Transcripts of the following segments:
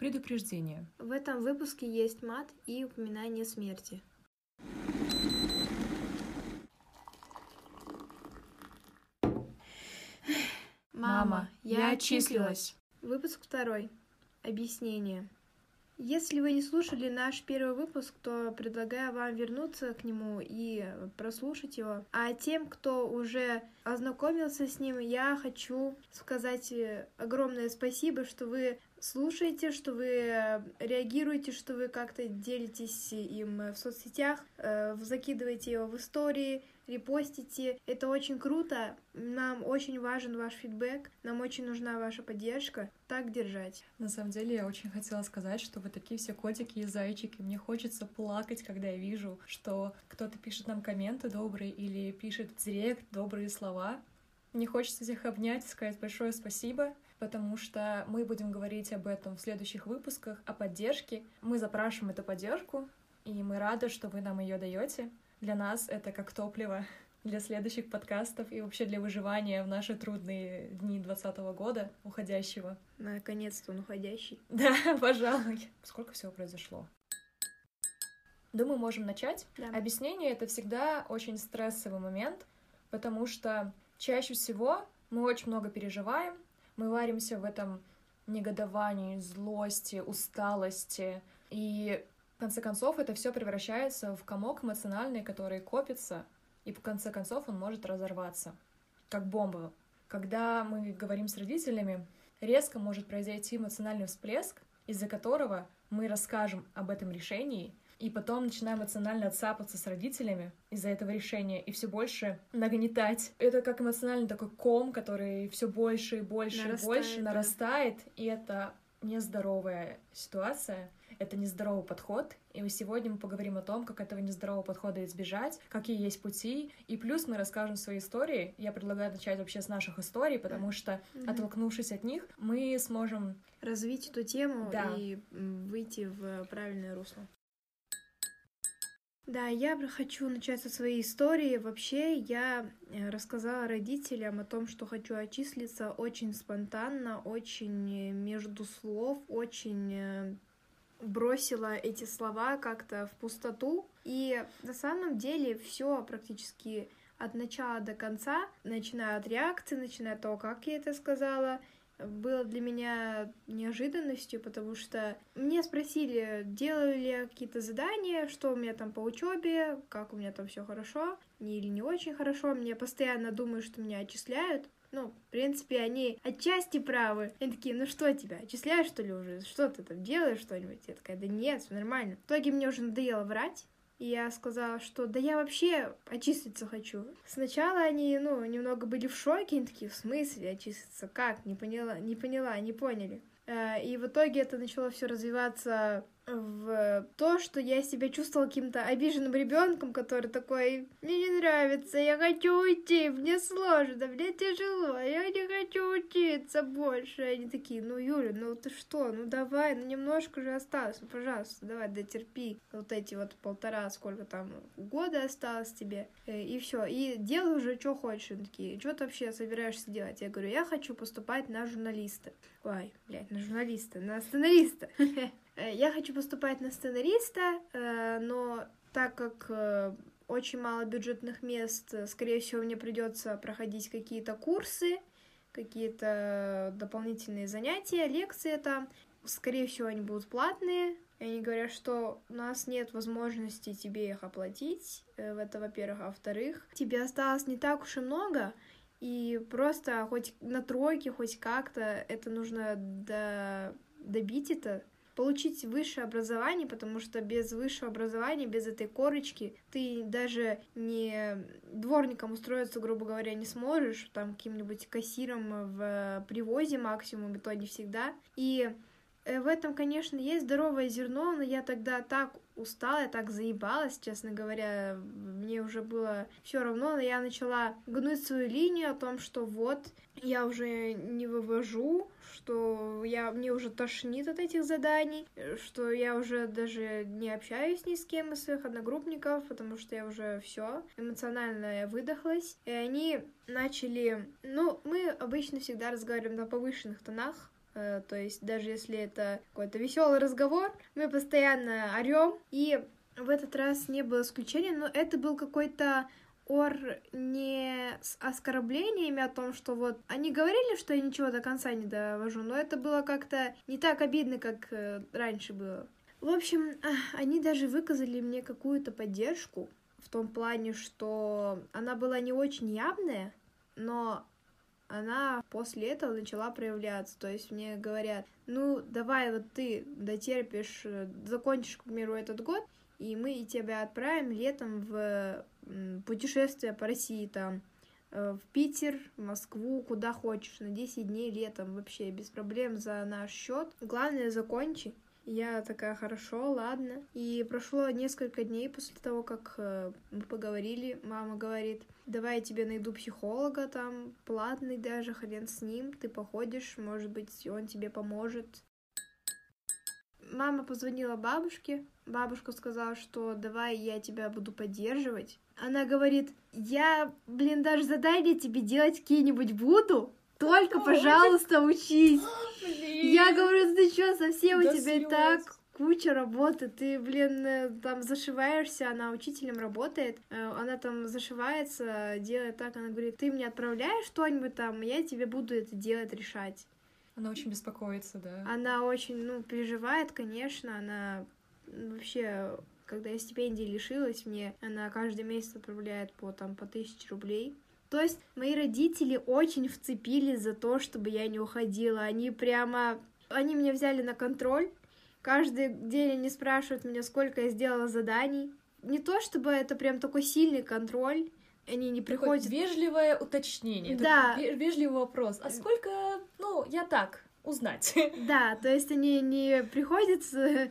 Предупреждение. В этом выпуске есть мат и упоминание смерти. Мама, я отчислилась. Выпуск 2. Объяснение. Если вы не слушали наш первый выпуск, то предлагаю вам вернуться к нему и прослушать его. А тем, кто уже ознакомился с ним, я хочу сказать огромное спасибо, что вы слушаете, что вы реагируете, что вы как-то делитесь им в соцсетях, закидываете его в истории, репостите. Это очень круто. Нам очень важен ваш фидбэк, нам очень нужна ваша поддержка. Так держать. На самом деле, я очень хотела сказать, что вы такие все котики и зайчики. Мне хочется плакать, когда я вижу, что кто-то пишет нам комменты добрые или пишет в директ добрые слова. Мне хочется всех обнять и сказать большое спасибо, потому что мы будем говорить об этом в следующих выпусках, о поддержке. Мы запрашиваем эту поддержку, и мы рады, что вы нам ее даете. Для нас это как топливо для следующих подкастов и вообще для выживания в наши трудные дни 2020 года, уходящего. Наконец-то он уходящий. Да, пожалуй. Сколько всего произошло? Думаю, можем начать. Да. Объяснение — это всегда очень стрессовый момент, потому что чаще всего мы очень много переживаем, мы варимся в этом негодовании, злости, усталости, и в конце концов это все превращается в комок эмоциональный, который копится, и в конце концов он может разорваться, как бомба. Когда мы говорим с родителями, резко может произойти эмоциональный всплеск, из-за которого мы расскажем об этом решении, и потом начинаем эмоционально цапаться с родителями из-за этого решения и все больше нагнетать. Это как эмоциональный такой ком, который все больше и больше и больше нарастает, и это нездоровая ситуация, это нездоровый подход. И сегодня мы поговорим о том, как этого нездорового подхода избежать, какие есть пути, и плюс мы расскажем свои истории. Я предлагаю начать вообще с наших историй, потому что, оттолкнувшись от них, мы сможем развить эту тему и выйти в правильное русло. Да, я хочу начать со своей истории. Вообще, я рассказала родителям о том, что хочу отчислиться очень спонтанно, очень между слов, очень бросила эти слова как-то в пустоту. И на самом деле все практически от начала до конца, начиная от реакции, начиная от того, как я это сказала, было для меня неожиданностью, потому что мне спросили, делаю ли я какие-то задания, что у меня там по учебе, как у меня там все хорошо или не очень хорошо. Мне постоянно думают, что меня отчисляют. В принципе, они отчасти правы. Они такие, ну что тебя, отчисляешь, что ли, уже? Что ты там делаешь что-нибудь? Я такая, да нет, все нормально. В итоге мне уже надоело врать. И я сказала, что да я вообще отчислиться хочу. Сначала они, немного были в шоке, они такие, в смысле отчислиться? Как? Не поняла, не поняли. И в итоге это начало все развиваться в то, что я себя чувствовала каким-то обиженным ребенком, который такой, мне не нравится, я хочу уйти, мне сложно, мне тяжело, я не хочу учиться больше. И они такие, Юля, ты что, давай, немножко же осталось, пожалуйста, давай, дотерпи вот эти вот 1,5, сколько там, года осталось тебе, и все, и делай уже, что хочешь. Они такие, что ты вообще собираешься делать? Я говорю, я хочу поступать на журналиста. Ой, блядь, на журналиста, на сценариста. Я хочу поступать на сценариста, но так как очень мало бюджетных мест, скорее всего, мне придется проходить какие-то курсы, какие-то дополнительные занятия, лекции там. Скорее всего, они будут платные. И они говорят, что у нас нет возможности тебе их оплатить. Это, во-первых. А во-вторых, тебе осталось не так уж и много, и просто хоть на тройке, хоть как-то это нужно добить это, получить высшее образование, потому что без высшего образования, без этой корочки, ты даже не дворником устроиться, грубо говоря, не сможешь, там каким-нибудь кассиром в привозе максимум, и то не всегда. И в этом, конечно, есть здоровое зерно, но я тогда так устала, я так заебалась, честно говоря, мне уже было все равно, но я начала гнуть свою линию о том, что вот, я уже не вывожу, что мне уже тошнит от этих заданий, что я уже даже не общаюсь ни с кем из своих одногруппников, потому что я уже все эмоционально выдохлась, и они начали, мы обычно всегда разговариваем на повышенных тонах, То есть даже если это какой-то веселый разговор, мы постоянно орем. И в этот раз не было исключения, но это был какой-то ор не с оскорблениями о том, что вот они говорили, что я ничего до конца не довожу, но это было как-то не так обидно, как раньше было. В общем, они даже выказали мне какую-то поддержку в том плане, что она была не очень явная, но она после этого начала проявляться. То есть мне говорят, ну, давай вот ты дотерпишь, закончишь, к примеру, этот год, и мы тебя отправим летом в путешествие по России, там, в Питер, в Москву, куда хочешь, на 10 дней летом, вообще без проблем за наш счет. Главное, закончи. Я такая, хорошо, ладно. И прошло несколько дней после того, как мы поговорили. Мама говорит, давай я тебе найду психолога, там, платный даже, хрен с ним. Ты походишь, может быть, он тебе поможет. Мама позвонила бабушке. Бабушка сказала, что давай я тебя буду поддерживать. Она говорит, я, даже задания тебе делать какие-нибудь буду. Только, пожалуйста, учись. Я говорю, ты что, совсем у тебя и так куча работы, ты, там зашиваешься, она учителем работает, она там зашивается, делает так, она говорит, ты мне отправляешь что-нибудь там, я тебе буду это делать, решать. Она очень беспокоится, да? Она очень, переживает, конечно, она вообще, когда я стипендии лишилась, мне она каждый месяц отправляет по 1000 рублей. То есть мои родители очень вцепились за то, чтобы я не уходила. Они меня взяли на контроль. Каждый день они спрашивают меня, сколько я сделала заданий. Не то, чтобы это прям такой сильный контроль. Они не приходят... Такое вежливое уточнение. Да. Вежливый вопрос. А сколько, я так, узнать. Да, то есть они не приходят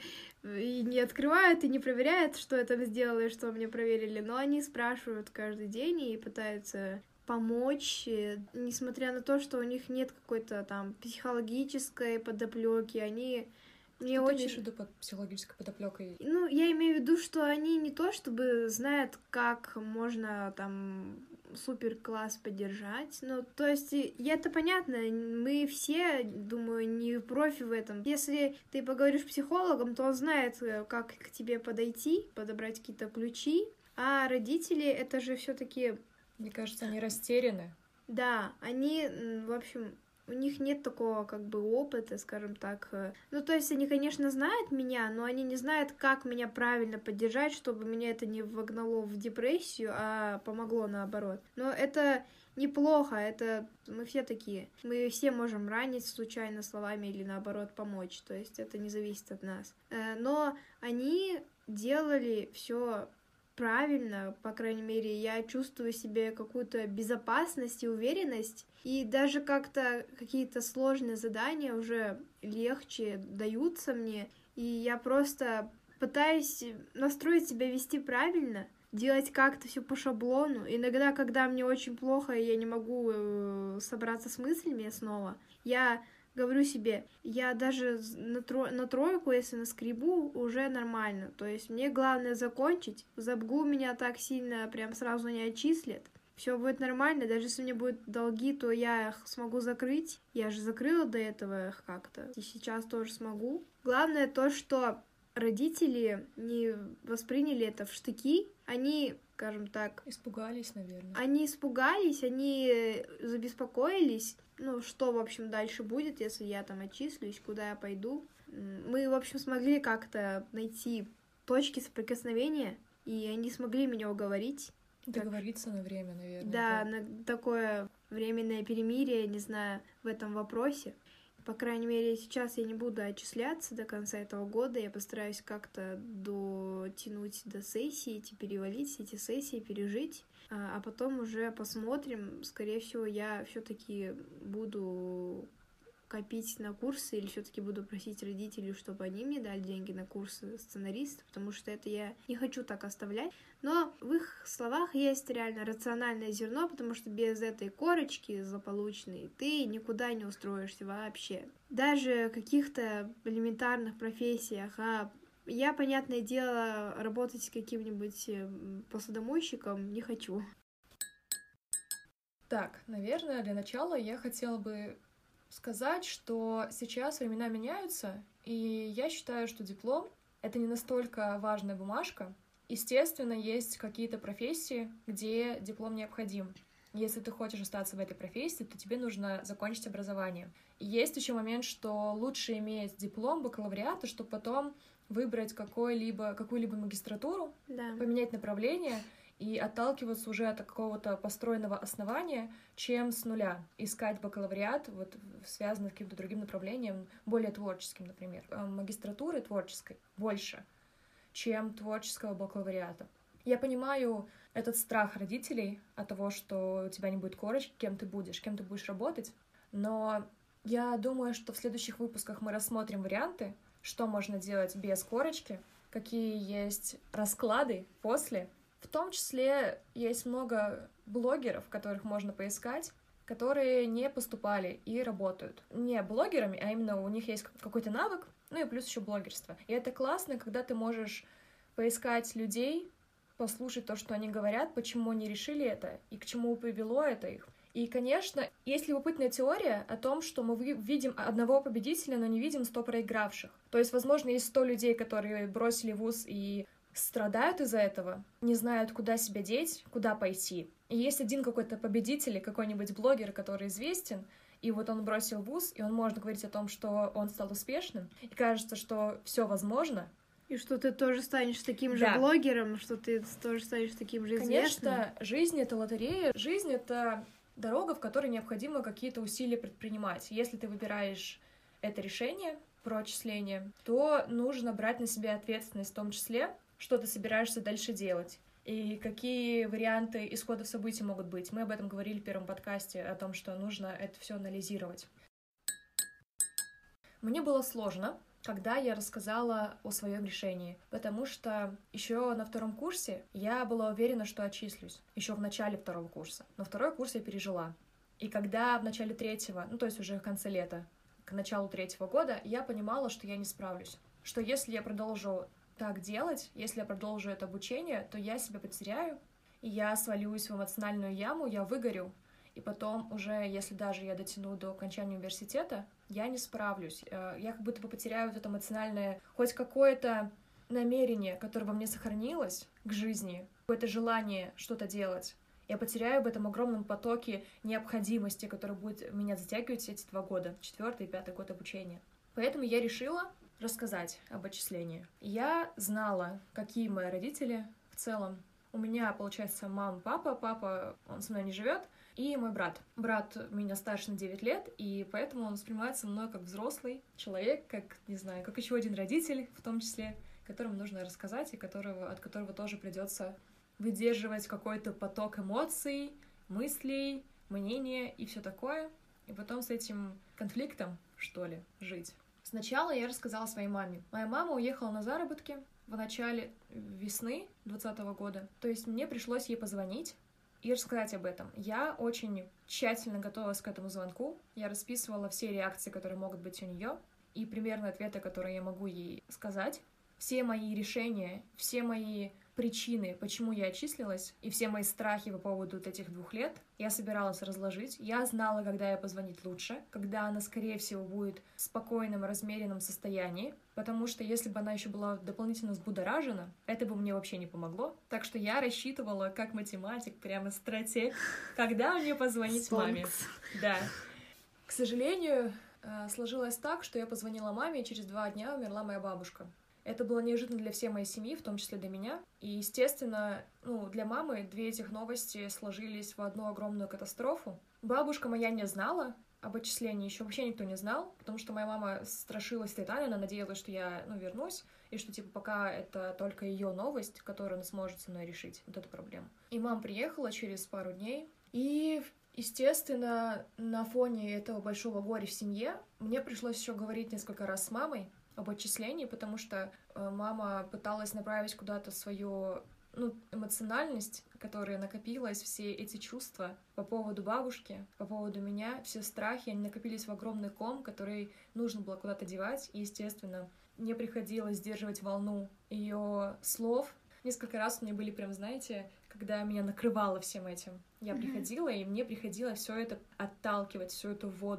и не открывают, и не проверяют, что я там сделала и что мне проверили, но они спрашивают каждый день и пытаются помочь, несмотря на то, что у них нет какой-то там психологической подоплеки, они мне что очень... ты имеешь в виду под психологической подоплекой? Я имею в виду, что они не то чтобы знают, как можно там супер класс поддержать. То есть, это понятно, мы все, думаю, не профи в этом. Если ты поговоришь с психологом, то он знает, как к тебе подойти, подобрать какие-то ключи. А родители, это же все-таки... Мне кажется, они растеряны. Да, они, в общем, у них нет такого, опыта, скажем так. То есть они, конечно, знают меня, но они не знают, как меня правильно поддержать, чтобы меня это не вогнало в депрессию, а помогло наоборот. Но это неплохо, это мы все такие. Мы все можем ранить случайно словами или наоборот помочь, то есть это не зависит от нас. Но они делали все правильно, по крайней мере, я чувствую в себе какую-то безопасность и уверенность, и даже как-то какие-то сложные задания уже легче даются мне, и я просто пытаюсь настроить себя вести правильно, делать как-то все по шаблону. Иногда, когда мне очень плохо, и я не могу собраться с мыслями снова, я говорю себе, я даже на тройку, если наскребу, уже нормально. То есть мне главное закончить. За БГУ меня так сильно прям сразу не отчислят. Все будет нормально. Даже если у меня будут долги, то я их смогу закрыть. Я же закрыла до этого их как-то. И сейчас тоже смогу. Главное то, что родители не восприняли это в штыки. Они, скажем так... Испугались, наверное. Они испугались, они забеспокоились. Что, в общем, дальше будет, если я там отчислюсь, куда я пойду. Мы, в общем, смогли как-то найти точки соприкосновения, и они смогли меня уговорить. Договориться на время, наверное. Да, на такое временное перемирие, не знаю, в этом вопросе. По крайней мере, сейчас я не буду отчисляться до конца этого года. Я постараюсь как-то дотянуть до сессии, перевалить эти сессии, пережить. А потом уже посмотрим. Скорее всего, я все-таки буду копить на курсы или все-таки буду просить родителей, чтобы они мне дали деньги на курсы сценариста, потому что это я не хочу так оставлять. Но в их словах есть реально рациональное зерно, потому что без этой корочки злополучной ты никуда не устроишься вообще. Даже в каких-то элементарных профессиях, я, понятное дело, работать с каким-нибудь посудомойщиком не хочу. Так, наверное, для начала я хотела бы сказать, что сейчас времена меняются, и я считаю, что диплом — это не настолько важная бумажка. Естественно, есть какие-то профессии, где диплом необходим. Если ты хочешь остаться в этой профессии, то тебе нужно закончить образование. И есть еще момент, что лучше иметь диплом бакалавриата, чтобы потом выбрать какую-либо магистратуру, поменять направление и отталкиваться уже от какого-то построенного основания, чем с нуля искать бакалавриат, вот связанный с каким-то другим направлением, более творческим, например. Магистратуры творческой больше, чем творческого бакалавриата. Я понимаю этот страх родителей от того, что у тебя не будет корочки, кем ты будешь работать, но я думаю, что в следующих выпусках мы рассмотрим варианты, что можно делать без корочки, какие есть расклады после. В том числе есть много блогеров, которых можно поискать, которые не поступали и работают. Не блогерами, а именно у них есть какой-то навык, ну и плюс еще блогерство. И это классно, когда ты можешь поискать людей, послушать то, что они говорят, почему они решили это и к чему привело это их. И, конечно, есть любопытная теория о том, что мы видим одного победителя, но не видим 100 проигравших. То есть, возможно, есть 100 людей, которые бросили вуз и страдают из-за этого, не знают, куда себя деть, куда пойти. И есть один какой-то победитель, какой-нибудь блогер, который известен, и вот он бросил вуз, и он может говорить о том, что он стал успешным, и кажется, что все возможно. И что ты тоже станешь таким же блогером, что ты тоже станешь таким же известным. Конечно, жизнь — это лотерея, жизнь — это дорога, в которой необходимо какие-то усилия предпринимать. Если ты выбираешь это решение про отчисление, то нужно брать на себя ответственность в том числе, что ты собираешься дальше делать, и какие варианты исходов событий могут быть. Мы об этом говорили в первом подкасте, о том, что нужно это все анализировать. Мне было сложно, когда я рассказала о своем решении, потому что еще на 2 курсе я была уверена, что отчислюсь, еще в начале 2 курса, но 2 курс я пережила. И когда в начале 3-го, ну то есть уже в конце лета, к началу 3-го года, я понимала, что я не справлюсь, что если я продолжу так делать, если я продолжу это обучение, то я себя потеряю, и я свалюсь в эмоциональную яму, я выгорю, и потом уже, если даже я дотяну до окончания университета, я не справлюсь. Я как будто бы потеряю вот это эмоциональное, хоть какое-то намерение, которое во мне сохранилось к жизни, какое-то желание что-то делать. Я потеряю в этом огромном потоке необходимости, который будет меня затягивать эти 2 года, 4-й и 5-й год обучения. Поэтому я решила рассказать об отчислении. Я знала, какие мои родители в целом. У меня, получается, мама, папа, он со мной не живет, и мой брат. Брат меня старше на 9 лет, и поэтому он воспринимается мной как взрослый человек, как, не знаю, как еще один родитель, в том числе, которому нужно рассказать, и от которого тоже придется выдерживать какой-то поток эмоций, мыслей, мнения и все такое, и потом с этим конфликтом, что ли, жить. Сначала я рассказала своей маме. Моя мама уехала на заработки в начале весны 2020 года. То есть мне пришлось ей позвонить и рассказать об этом. Я очень тщательно готовилась к этому звонку. Я расписывала все реакции, которые могут быть у нее, и примерно ответы, которые я могу ей сказать. Все мои решения, все мои причины, почему я отчислилась, и все мои страхи по поводу вот этих 2 лет, я собиралась разложить. Я знала, когда ей позвонить лучше, когда она, скорее всего, будет в спокойном, размеренном состоянии, потому что если бы она еще была дополнительно взбудоражена, это бы мне вообще не помогло. Так что я рассчитывала, как математик, прямо стратег, когда мне позвонить маме. Да. К сожалению, сложилось так, что я позвонила маме, и через 2 дня умерла моя бабушка. Это было неожиданно для всей моей семьи, в том числе для меня. И, естественно, для мамы 2 этих новости сложились в одну огромную катастрофу. Бабушка моя не знала об отчислении, еще вообще никто не знал, потому что моя мама страшилась летами, она надеялась, что я, вернусь, и что, пока это только ее новость, которую она сможет со мной решить, вот эту проблему. И мама приехала через пару дней, и, естественно, на фоне этого большого горя в семье мне пришлось еще говорить несколько раз с мамой об отчислении, потому что мама пыталась направить куда-то свою эмоциональность, которая накопилась, все эти чувства по поводу бабушки, по поводу меня, все страхи, они накопились в огромный ком, который нужно было куда-то девать, и, естественно, мне приходилось сдерживать волну ее слов. Несколько раз у меня были прям, знаете, когда меня накрывало всем этим. Я приходила, и мне приходилось все это отталкивать, всю эту воду.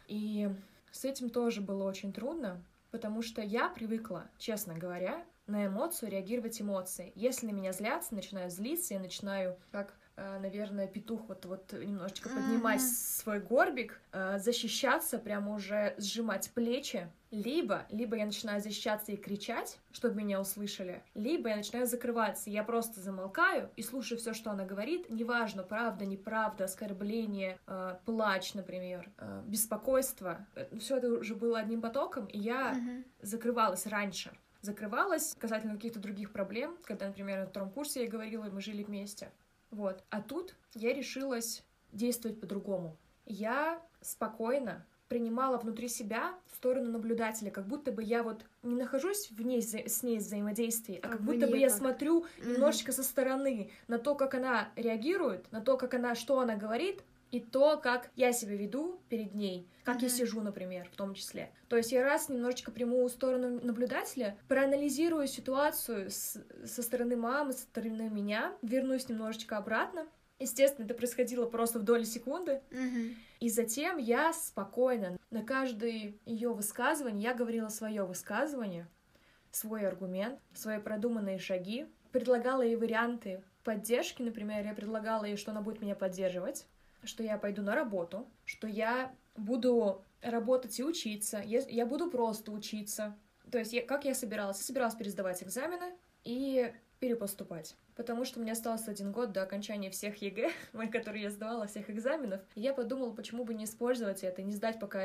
И с этим тоже было очень трудно, потому что я привыкла, честно говоря, на эмоцию реагировать эмоцией. Если на меня злятся, начинаю злиться, я начинаю, как, наверное, петух вот немножечко поднимать свой горбик, защищаться, прямо уже сжимать плечи. Либо я начинаю защищаться и кричать, чтобы меня услышали, либо я начинаю закрываться, я просто замолкаю и слушаю все, что она говорит, неважно, правда, неправда, оскорбление, плач, например, беспокойство, все это уже было одним потоком, и я закрывалась раньше. Закрывалась касательно каких-то других проблем, когда, например, на втором курсе я говорила, и мы жили вместе. Вот. А тут я решилась действовать по-другому. Я спокойно принимала внутри себя сторону наблюдателя, как будто бы я вот не нахожусь с ней взаимодействии, а как будто бы я смотрю немножечко со стороны на то, как она реагирует, на то, что она говорит, и то, как я себя веду перед ней, как я сижу, например, в том числе. То есть я раз немножечко приму сторону наблюдателя, проанализирую ситуацию со стороны мамы, со стороны меня, вернусь немножечко обратно. Естественно, это происходило просто в доли секунды. И затем я спокойно на каждое ее высказывание, я говорила свое высказывание, свой аргумент, свои продуманные шаги, предлагала ей варианты поддержки, например, я предлагала ей, что она будет меня поддерживать, что я пойду на работу, что я буду работать и учиться, я буду просто учиться. То есть как я собиралась? Я собиралась пересдавать экзамены и перепоступать. Потому что у меня остался 1 год до окончания всех ЕГЭ, которые я сдавала, всех экзаменов. И я подумала, почему бы не использовать это, не доздать пока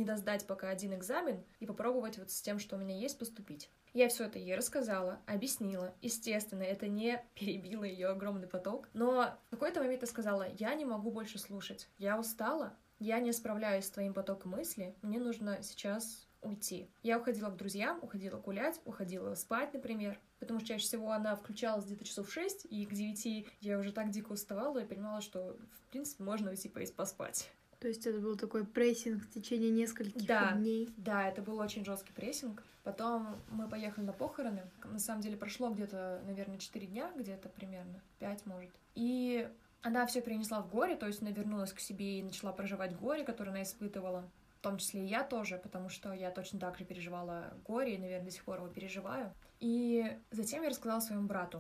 один экзамен и попробовать вот с тем, что у меня есть, поступить. Я все это ей рассказала, объяснила. Естественно, это не перебило ее огромный поток. Но в какой-то момент я сказала, я не могу больше слушать. Я устала, я не справляюсь с твоим потоком мысли, мне нужно сейчас уйти. Я уходила к друзьям, уходила гулять, уходила спать, например, потому что чаще всего она включалась где-то часов 6, и к 9 я уже так дико уставала и понимала, что, в принципе, можно уйти поспать. То есть это был такой прессинг в течение нескольких дней? Да, это был очень жесткий прессинг. Потом мы поехали на похороны. На самом деле прошло где-то, наверное, 4 дня, где-то примерно, 5, может. И она все перенесла в горе, то есть она вернулась к себе и начала проживать горе, которое она испытывала. В том числе и я тоже, потому что я точно так же переживала горе и, наверное, до сих пор его переживаю. И затем я рассказала своему брату.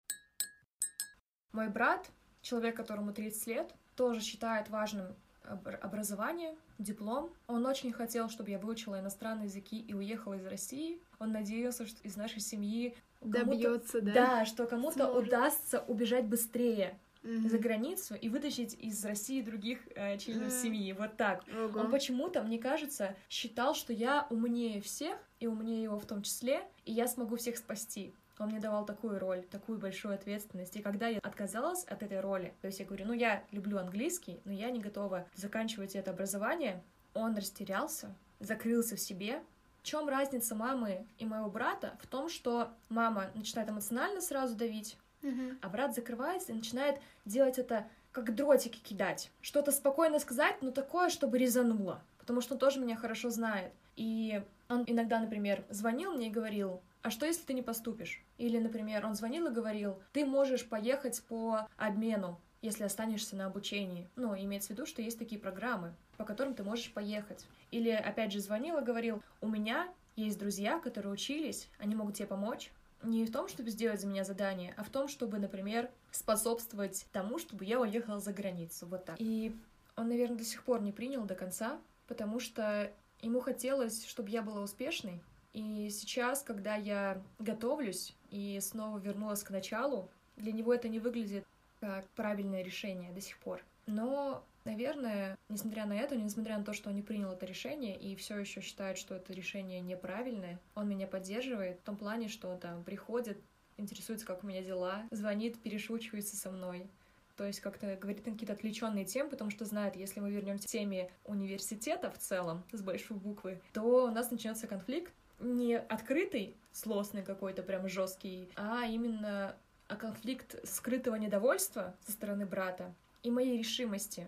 Мой брат, человек, которому 30 лет, тоже считает важным образование, диплом. Он очень хотел, чтобы я выучила иностранные языки и уехала из России. Он надеялся, что из нашей семьи добьется, да? Да, что кому-то удастся убежать быстрее за границу и вытащить из России других членов семьи. Вот так. Он почему-то, мне кажется, считал, что я умнее всех, и умнее его в том числе, и я смогу всех спасти. Он мне давал такую роль, такую большую ответственность. И когда я отказалась от этой роли, то есть я говорю, я люблю английский, но я не готова заканчивать это образование, он растерялся, закрылся в себе. В чем разница мамы и моего брата? В том, что мама начинает эмоционально сразу давить, а брат закрывается и начинает делать это, как дротики кидать. Что-то спокойно сказать, но такое, чтобы резануло. Потому что он тоже меня хорошо знает. И он иногда, например, звонил мне и говорил, а что, если ты не поступишь? Или, например, он звонил и говорил, ты можешь поехать по обмену, если останешься на обучении. Имеется в виду, что есть такие программы, по которым ты можешь поехать. Или, опять же, звонил и говорил, у меня есть друзья, которые учились, они могут тебе помочь. Не в том, чтобы сделать за меня задание, а в том, чтобы, например, способствовать тому, чтобы я уехала за границу. Вот так. И он, наверное, до сих пор не принял до конца, потому что ему хотелось, чтобы я была успешной. И сейчас, когда я готовлюсь и снова вернулась к началу, для него это не выглядит как правильное решение до сих пор. Но, наверное, несмотря на это, несмотря на то, что он не принял это решение и все еще считает, что это решение неправильное, он меня поддерживает в том плане, что он там приходит, интересуется, как у меня дела, звонит, перешучивается со мной. То есть как-то говорит на какие-то отвлеченные темы, потому что знает, если мы вернемся к теме университета в целом, с большой буквы, то у нас начнется конфликт, не открытый, злостный какой-то, прям жесткий, а именно конфликт скрытого недовольства со стороны брата и моей решимости.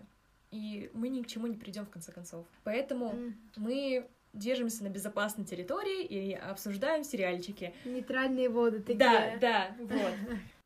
И мы ни к чему не придем в конце концов. Поэтому мы держимся на безопасной территории и обсуждаем сериальчики. Нейтральные воды такие. Да, вот.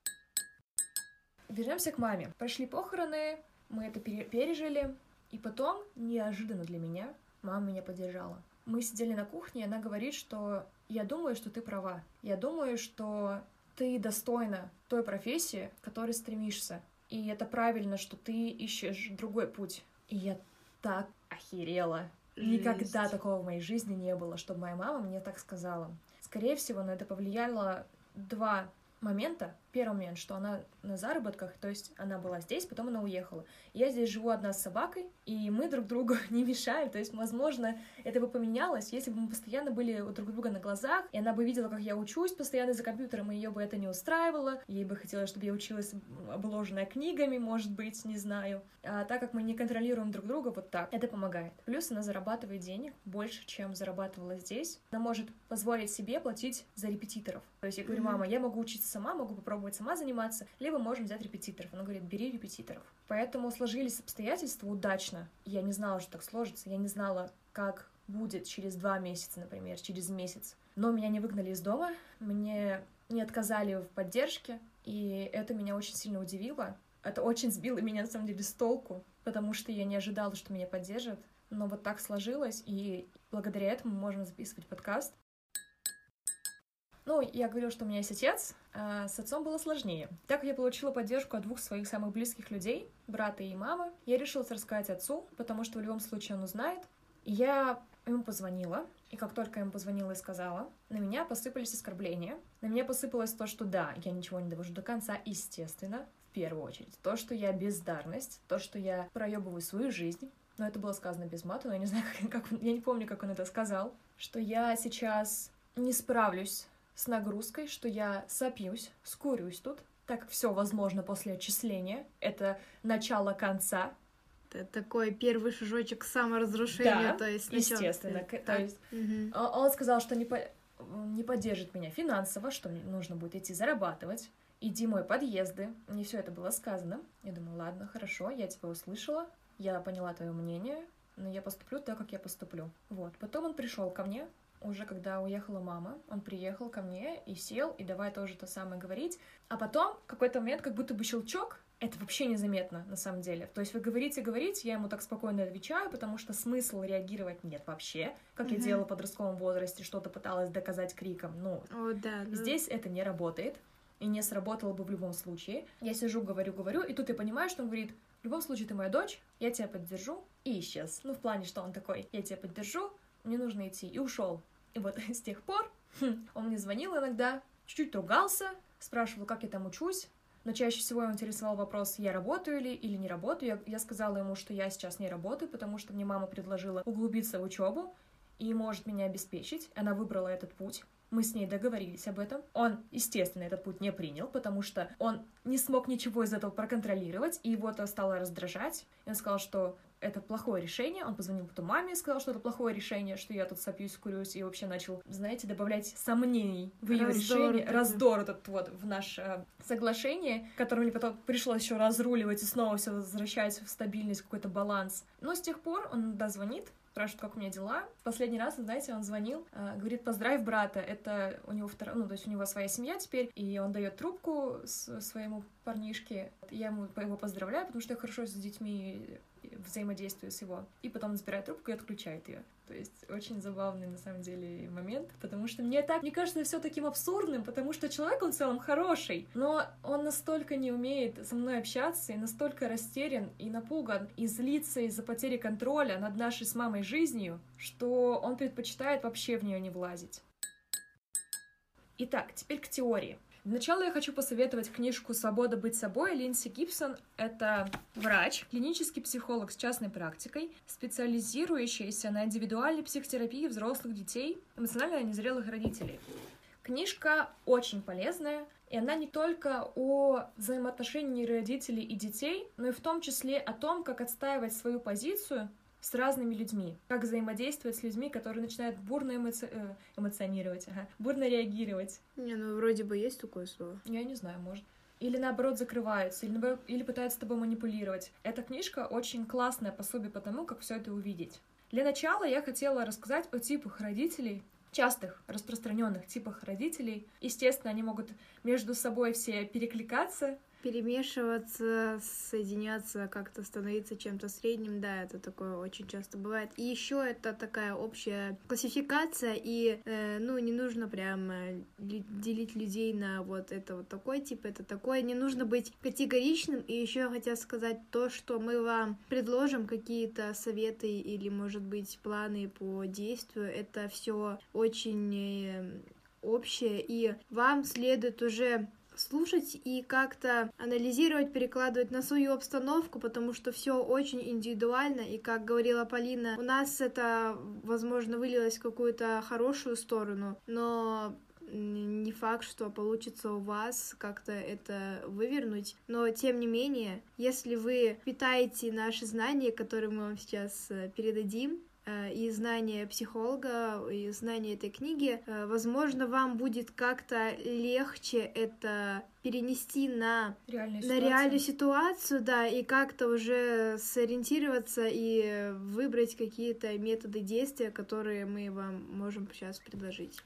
Вернемся к маме. Прошли похороны, мы это пережили, и потом, неожиданно для меня, мама меня поддержала. Мы сидели на кухне, и она говорит, что я думаю, что ты права. Я думаю, что ты достойна той профессии, к которой стремишься. И это правильно, что ты ищешь другой путь. И я так охерела. Никогда такого в моей жизни не было, чтобы моя мама мне так сказала. Скорее всего, на это повлияло два момента. Первый момент, что она на заработках, то есть она была здесь, потом она уехала. Я здесь живу одна с собакой, и мы друг другу не мешаем, то есть, возможно, это бы поменялось, если бы мы постоянно были у друг друга на глазах, и она бы видела, как я учусь постоянно за компьютером, и ее бы это не устраивало, ей бы хотелось, чтобы я училась обложенная книгами, может быть, не знаю. А так как мы не контролируем друг друга, вот так, это помогает. Плюс она зарабатывает денег больше, чем зарабатывала здесь. Она может позволить себе платить за репетиторов. То есть я говорю: мама, я могу учиться сама, могу попробовать сама заниматься, либо можем взять репетиторов. Она говорит: бери репетиторов. Поэтому сложились обстоятельства удачно. Я не знала, что так сложится. Я не знала, как будет через 2 месяца, например, через месяц. Но меня не выгнали из дома, мне не отказали в поддержке, и это меня очень сильно удивило. Это очень сбило меня, на самом деле, с толку, потому что я не ожидала, что меня поддержат. Но вот так сложилось, и благодаря этому мы можем записывать подкаст. Ну, я говорю, что у меня есть отец, а с отцом было сложнее. Так как я получила поддержку от 2 своих самых близких людей, брата и мамы, я решила рассказать отцу, потому что в любом случае он узнает. И я ему позвонила, и как только я ему позвонила и сказала, на меня посыпались оскорбления. На меня посыпалось то, что да, я ничего не довожу до конца, естественно, в первую очередь. То, что я бездарность, то, что я проебываю свою жизнь. Но это было сказано без мата, но я не знаю, я не помню, как он это сказал. Что я сейчас не справлюсь с нагрузкой, что я сопьюсь, скурюсь тут, так как все возможно после отчисления. Это начало конца. Это такой первый шажочек к саморазрушению. Да, то есть естественно. То есть он сказал, что не поддержит меня финансово, что мне нужно будет идти зарабатывать. Иди мой подъезды. Мне все это было сказано. Я думаю, ладно, хорошо, я тебя услышала, я поняла твое мнение, но я поступлю так, как я поступлю. Вот. Потом он пришел ко мне. Уже когда уехала мама, он приехал ко мне и сел, и давай тоже то самое говорить. А потом, в какой-то момент, как будто бы щелчок, это вообще незаметно, на самом деле. То есть вы говорите, я ему так спокойно отвечаю, потому что смысла реагировать нет вообще, как я делала в подростковом возрасте, что-то пыталась доказать криком. Ну, здесь это не работает, и не сработало бы в любом случае. Я сижу, говорю, и тут я понимаю, что он говорит: в любом случае ты моя дочь, я тебя поддержу, и исчез. Ну, в плане, что он такой: я тебя поддержу, мне нужно идти, и ушел. И вот с тех пор он мне звонил иногда, чуть-чуть ругался, спрашивал, как я там учусь, но чаще всего его интересовал вопрос, я работаю или не работаю. Я сказала ему, что я сейчас не работаю, потому что мне мама предложила углубиться в учебу и может меня обеспечить. Она выбрала этот путь. Мы с ней договорились об этом. Он, естественно, этот путь не принял, потому что он не смог ничего из этого проконтролировать, и его это стало раздражать. И он сказал, что это плохое решение. Он позвонил потом маме и сказал, что это плохое решение, что я тут сопьюсь, курюсь, и вообще начал, знаете, добавлять сомнений в ее решение. Раздор этот вот в наше соглашение, которое мне потом пришлось еще разруливать и снова все возвращать в стабильность, какой-то баланс. Но с тех пор он звонит, спрашивает, как у меня дела. Последний раз, знаете, он звонил, говорит: поздравь брата, это у него то есть у него своя семья теперь, и он дает трубку своему парнишке. Я его поздравляю, потому что я хорошо с детьми взаимодействую с его. И потом он забирает трубку и отключает ее. То есть очень забавный, на самом деле, момент, потому что мне кажется все таким абсурдным, потому что человек, он в целом хороший, но он настолько не умеет со мной общаться, и настолько растерян и напуган, и злится из-за потери контроля над нашей с мамой жизнью, что он предпочитает вообще в нее не влазить. Итак, теперь к теории. Сначала я хочу посоветовать книжку «Свобода быть собой» Линдси Гибсон. Это врач, клинический психолог с частной практикой, специализирующаяся на индивидуальной психотерапии взрослых детей, эмоционально незрелых родителей. Книжка очень полезная, и она не только о взаимоотношении родителей и детей, но и в том числе о том, как отстаивать свою позицию с разными людьми, как взаимодействовать с людьми, которые начинают бурно эмоционировать, бурно реагировать. Вроде бы есть такое слово. Я не знаю, может. Или наоборот закрываются, или пытаются с тобой манипулировать. Эта книжка очень классное пособие по тому, как все это увидеть. Для начала я хотела рассказать о типах родителей, частых, распространенных типах родителей. Естественно, они могут между собой все перекликаться, Перемешиваться, соединяться, как-то становиться чем-то средним, да, это такое очень часто бывает. И еще это такая общая классификация, и, не нужно прям делить людей на вот это вот такой тип, это такой, не нужно быть категоричным. И еще я хотела сказать то, что мы вам предложим какие-то советы или, может быть, планы по действию, это все очень общее, и вам следует уже слушать и как-то анализировать, перекладывать на свою обстановку, потому что все очень индивидуально, и, как говорила Полина, у нас это, возможно, вылилось в какую-то хорошую сторону, но не факт, что получится у вас как-то это вывернуть, но тем не менее, если вы питаете наши знания, которые мы вам сейчас передадим, и знания психолога, и знания этой книги, возможно, вам будет как-то легче это перенести на реальную ситуацию, да, и как-то уже сориентироваться и выбрать какие-то методы действия, которые мы вам можем сейчас предложить.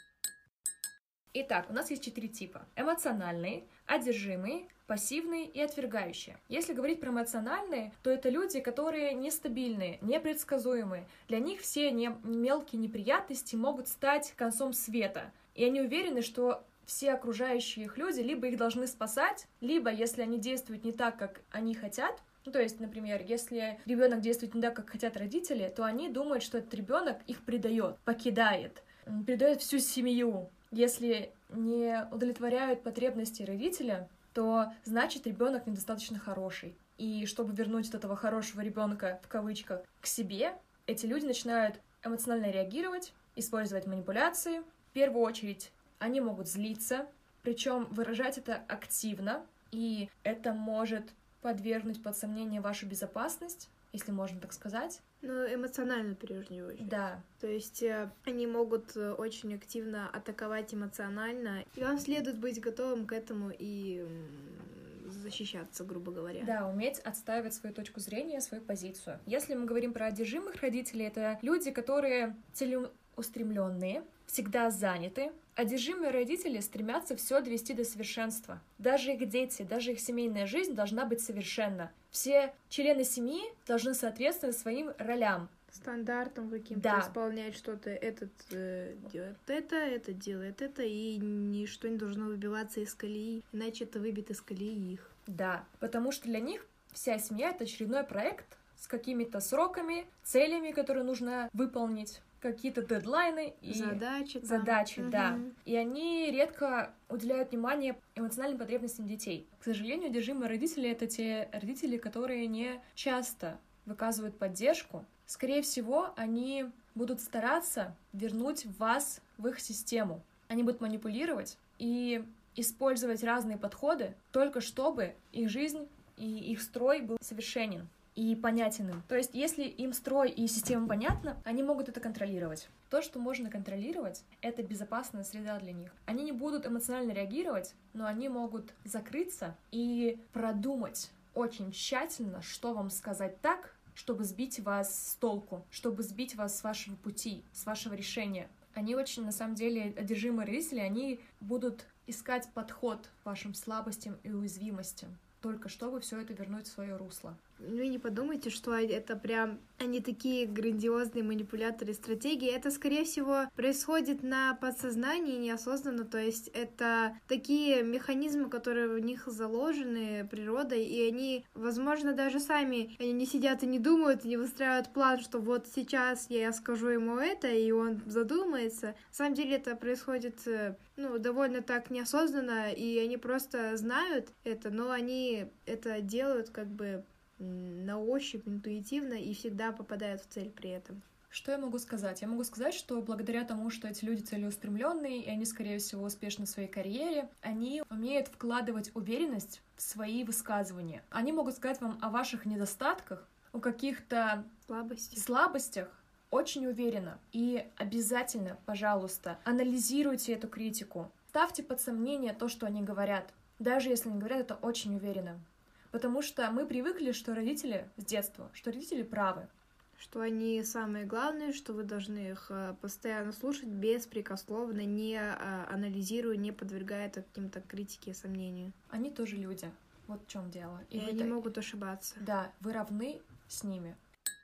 Итак, у нас есть 4 типа. Эмоциональный, одержимый, пассивные и отвергающие. Если говорить про эмоциональные, то это люди, которые нестабильные, непредсказуемые. Для них все мелкие неприятности могут стать концом света. И они уверены, что все окружающие их люди либо их должны спасать, либо, если они действуют не так, как они хотят, то есть, например, если ребенок действует не так, как хотят родители, то они думают, что этот ребенок их предает, покидает, предает всю семью. Если не удовлетворяют потребности родителя, то значит ребенок недостаточно хороший. И чтобы вернуть вот этого хорошего ребенка в кавычках к себе, эти люди начинают эмоционально реагировать, использовать манипуляции. В первую очередь они могут злиться, причем выражать это активно, и это может подвергнуть под сомнение вашу безопасность, если можно так сказать. Эмоционально, прежде всего. Да. То есть они могут очень активно атаковать эмоционально, и вам следует быть готовым к этому и защищаться, грубо говоря. Да, уметь отстаивать свою точку зрения, свою позицию. Если мы говорим про одержимых родителей, это люди, которые целеустремленные, всегда заняты. Одержимые родители стремятся все довести до совершенства. Даже их дети, даже их семейная жизнь должна быть совершенна. Все члены семьи должны соответствовать своим ролям. Стандартам каким-то исполнять что-то. Этот делает это, этот делает это, и ничто не должно выбиваться из колеи, иначе это выбит из колеи их. Да, потому что для них вся семья — это очередной проект с какими-то сроками, целями, которые нужно выполнить, какие-то дедлайны и задачи, да. И они редко уделяют внимание эмоциональным потребностям детей. К сожалению, одержимые родители — это те родители, которые не часто выказывают поддержку. Скорее всего, они будут стараться вернуть вас в их систему. Они будут манипулировать и использовать разные подходы, только чтобы их жизнь и их строй был совершенен и понятен им. То есть, если им строй и система понятна, они могут это контролировать. То, что можно контролировать, это безопасная среда для них. Они не будут эмоционально реагировать, но они могут закрыться и продумать очень тщательно, что вам сказать так, чтобы сбить вас с толку, чтобы сбить вас с вашего пути, с вашего решения. Они очень, на самом деле, одержимые родители, они будут искать подход к вашим слабостям и уязвимостям, только чтобы все это вернуть в свое русло. Вы не подумайте, что это прям они такие грандиозные манипуляторы стратегии. Это, скорее всего, происходит на подсознании неосознанно. То есть это такие механизмы, которые в них заложены природой, и они, возможно, даже сами они не сидят и не думают, и не выстраивают план, что вот сейчас я скажу ему это, и он задумается. На самом деле это происходит довольно так неосознанно, и они просто знают это, но они это делают как бы на ощупь, интуитивно, и всегда попадают в цель при этом. Что я могу сказать? Я могу сказать, что благодаря тому, что эти люди целеустремленные, и они, скорее всего, успешны в своей карьере, они умеют вкладывать уверенность в свои высказывания. Они могут сказать вам о ваших недостатках, о каких-то слабостях очень уверенно. И обязательно, пожалуйста, анализируйте эту критику. Ставьте под сомнение то, что они говорят. Даже если они говорят это очень уверенно. Потому что мы привыкли, что родители с детства, что родители правы. Что они самые главные, что вы должны их постоянно слушать беспрекословно, не анализируя, не подвергая это каким-то критике и сомнению. Они тоже люди. Вот в чем дело. И они могут ошибаться. Да, вы равны с ними.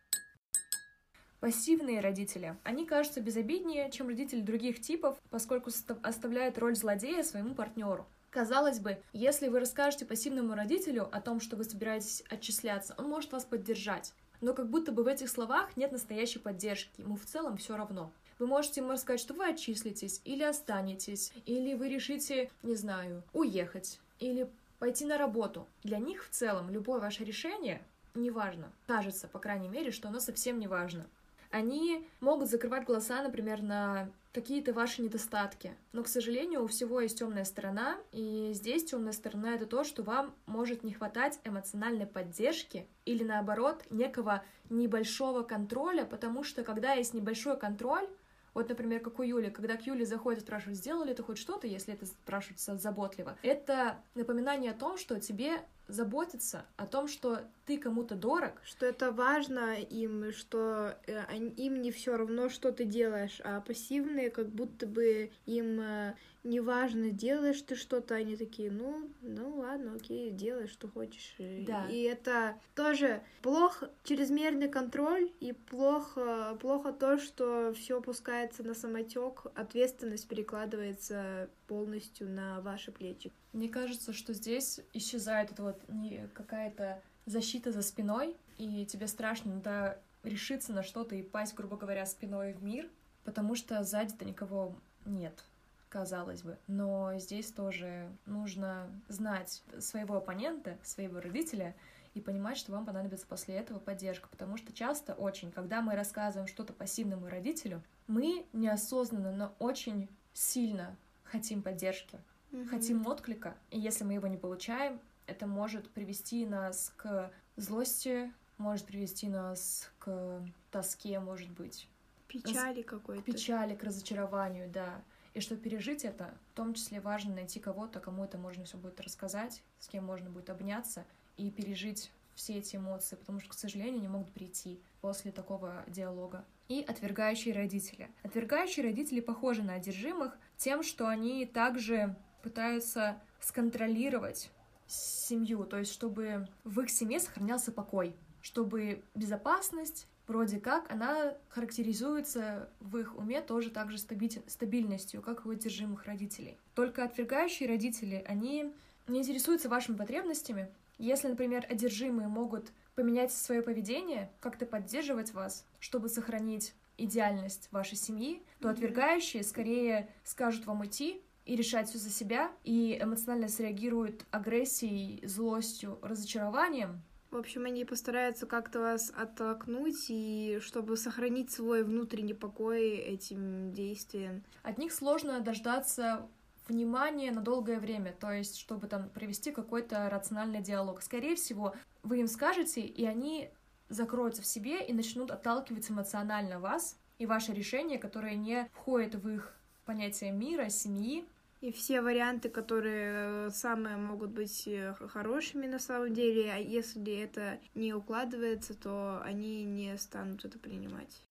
Пассивные родители. Они кажутся безобиднее, чем родители других типов, поскольку оставляют роль злодея своему партнеру. Казалось бы, если вы расскажете пассивному родителю о том, что вы собираетесь отчисляться, он может вас поддержать. Но как будто бы в этих словах нет настоящей поддержки, ему в целом все равно. Вы можете ему рассказать, что вы отчислитесь, или останетесь, или вы решите, не знаю, уехать, или пойти на работу. Для них в целом любое ваше решение неважно. Кажется, по крайней мере, что оно совсем не важно. Они могут закрывать глаза, например, на какие-то ваши недостатки. Но, к сожалению, у всего есть темная сторона, и здесь темная сторона — это то, что вам может не хватать эмоциональной поддержки или, наоборот, некого небольшого контроля, потому что, когда есть небольшой контроль, вот, например, как у Юли, когда к Юле заходят, спрашивают, сделали ты хоть что-то, если это спрашивается заботливо, это напоминание о том, что тебе заботиться, о том, что ты кому-то дорог. Что это важно им, что им не все равно, что ты делаешь, а пассивные, как будто бы им не важно, делаешь ты что-то, они такие, ну ладно, окей, делай, что хочешь. Да. И это тоже плохо, чрезмерный контроль, и плохо то, что все опускается на самотек, ответственность перекладывается полностью на ваши плечи. Мне кажется, что здесь исчезает эта вот какая-то защита за спиной, и тебе страшно надо решиться на что-то и пасть, грубо говоря, спиной в мир, потому что сзади-то никого нет, казалось бы. Но здесь тоже нужно знать своего оппонента, своего родителя, и понимать, что вам понадобится после этого поддержка, потому что часто очень, когда мы рассказываем что-то пассивному родителю, мы неосознанно, но очень сильно хотим поддержки, хотим отклика, и если мы его не получаем, это может привести нас к злости, может привести нас к тоске, может быть. Печали какой-то. К печали, к разочарованию, да. И чтобы пережить это, в том числе важно найти кого-то, кому это можно все будет рассказать, с кем можно будет обняться и пережить все эти эмоции, потому что, к сожалению, не могут прийти после такого диалога. И отвергающие родители. Отвергающие родители похожи на одержимых тем, что они также пытаются сконтролировать семью, то есть чтобы в их семье сохранялся покой, чтобы безопасность, вроде как, она характеризуется в их уме тоже так же стабильностью, как и у одержимых родителей. Только отвергающие родители, они не интересуются вашими потребностями. Если, например, одержимые могут поменять свое поведение, как-то поддерживать вас, чтобы сохранить идеальность вашей семьи, то отвергающие скорее скажут вам уйти и решать все за себя, и эмоционально среагируют агрессией, злостью, разочарованием. В общем, они постараются как-то вас оттолкнуть, и чтобы сохранить свой внутренний покой этим действием. От них сложно дождаться внимания на долгое время, то есть чтобы там провести какой-то рациональный диалог. Скорее всего, вы им скажете, и они закроются в себе и начнут отталкивать эмоционально вас и ваше решение, которое не входит в их понятие мира, семьи. И все варианты, которые самые могут быть хорошими на самом деле, а если это не укладывается, то они не станут это принимать.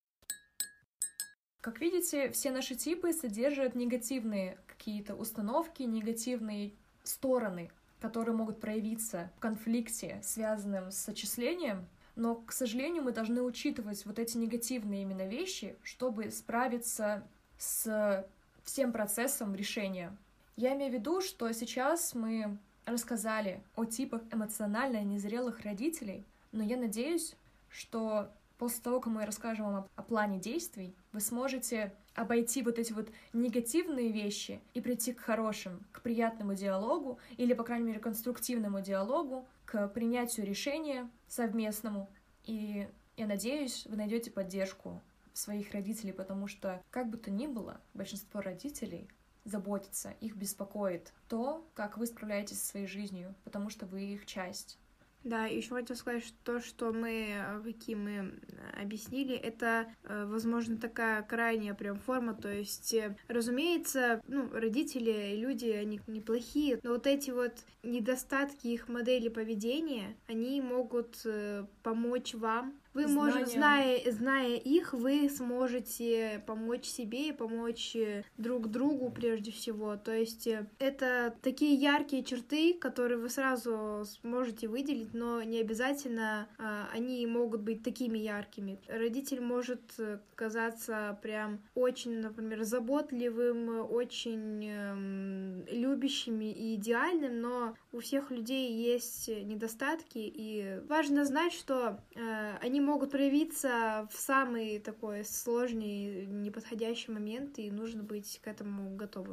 Как видите, все наши типы содержат негативные какие-то установки, негативные стороны, которые могут проявиться в конфликте, связанном с отчислением. Но, к сожалению, мы должны учитывать вот эти негативные именно вещи, чтобы справиться с всем процессом решения. Я имею в виду, что сейчас мы рассказали о типах эмоционально незрелых родителей, но я надеюсь, что после того, как мы расскажем вам о плане действий, вы сможете обойти вот эти вот негативные вещи и прийти к хорошим, к приятному диалогу или, по крайней мере, конструктивному диалогу, к принятию решения совместному. И я надеюсь, вы найдете поддержку своих родителей, потому что, как бы то ни было, большинство родителей заботится, их беспокоит то, как вы справляетесь со своей жизнью, потому что вы их часть. Да, еще хотел сказать, что то, что какие мы объяснили, это, возможно, такая крайняя прям форма, то есть, разумеется, родители, люди, они неплохие, но вот эти вот недостатки их модели поведения, они могут помочь вам Вы можете, зная их, вы сможете помочь себе и помочь друг другу прежде всего. То есть это такие яркие черты, которые вы сразу сможете выделить, но не обязательно они могут быть такими яркими. Родитель может казаться прям очень, например, заботливым, очень любящим и идеальным, но у всех людей есть недостатки, и важно знать, что они могут проявиться в самый такой сложный, неподходящий момент, и нужно быть к этому готовым.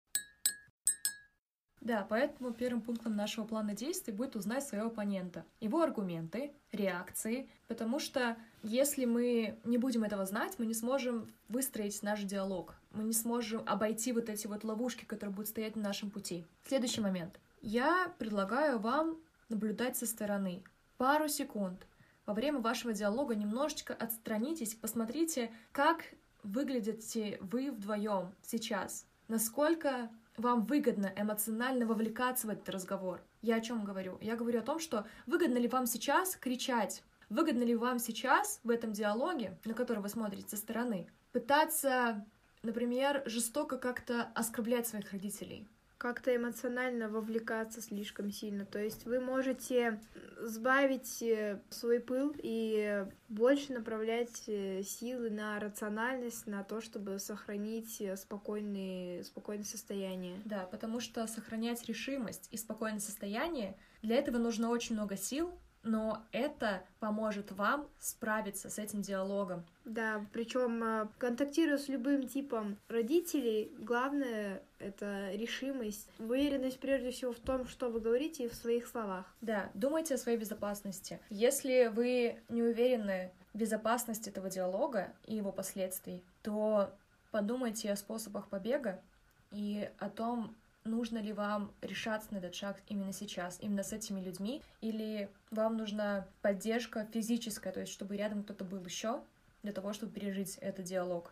Да, поэтому первым пунктом нашего плана действий будет узнать своего оппонента, его аргументы, реакции, потому что если мы не будем этого знать, мы не сможем выстроить наш диалог, мы не сможем обойти вот эти вот ловушки, которые будут стоять на нашем пути. Следующий момент. Я предлагаю вам наблюдать со стороны пару секунд. Во время вашего диалога немножечко отстранитесь, посмотрите, как выглядите вы вдвоем сейчас, насколько вам выгодно эмоционально вовлекаться в этот разговор. Я о чем говорю? Я говорю о том, что выгодно ли вам сейчас кричать, выгодно ли вам сейчас в этом диалоге, на который вы смотрите со стороны, пытаться, например, жестоко как-то оскорблять своих родителей. Как-то эмоционально вовлекаться слишком сильно. То есть вы можете сбавить свой пыл и больше направлять силы на рациональность, на то, чтобы сохранить спокойное состояние. Да, потому что сохранять решимость и спокойное состояние, для этого нужно очень много сил, но это поможет вам справиться с этим диалогом. Да, причем контактируя с любым типом родителей, главное — это решимость, уверенность прежде всего в том, что вы говорите, и в своих словах. Да, думайте о своей безопасности. Если вы не уверены в безопасности этого диалога и его последствий, то подумайте о способах побега и о том, нужно ли вам решаться на этот шаг именно сейчас, именно с этими людьми, или вам нужна поддержка физическая, то есть чтобы рядом кто-то был еще, для того, чтобы пережить этот диалог.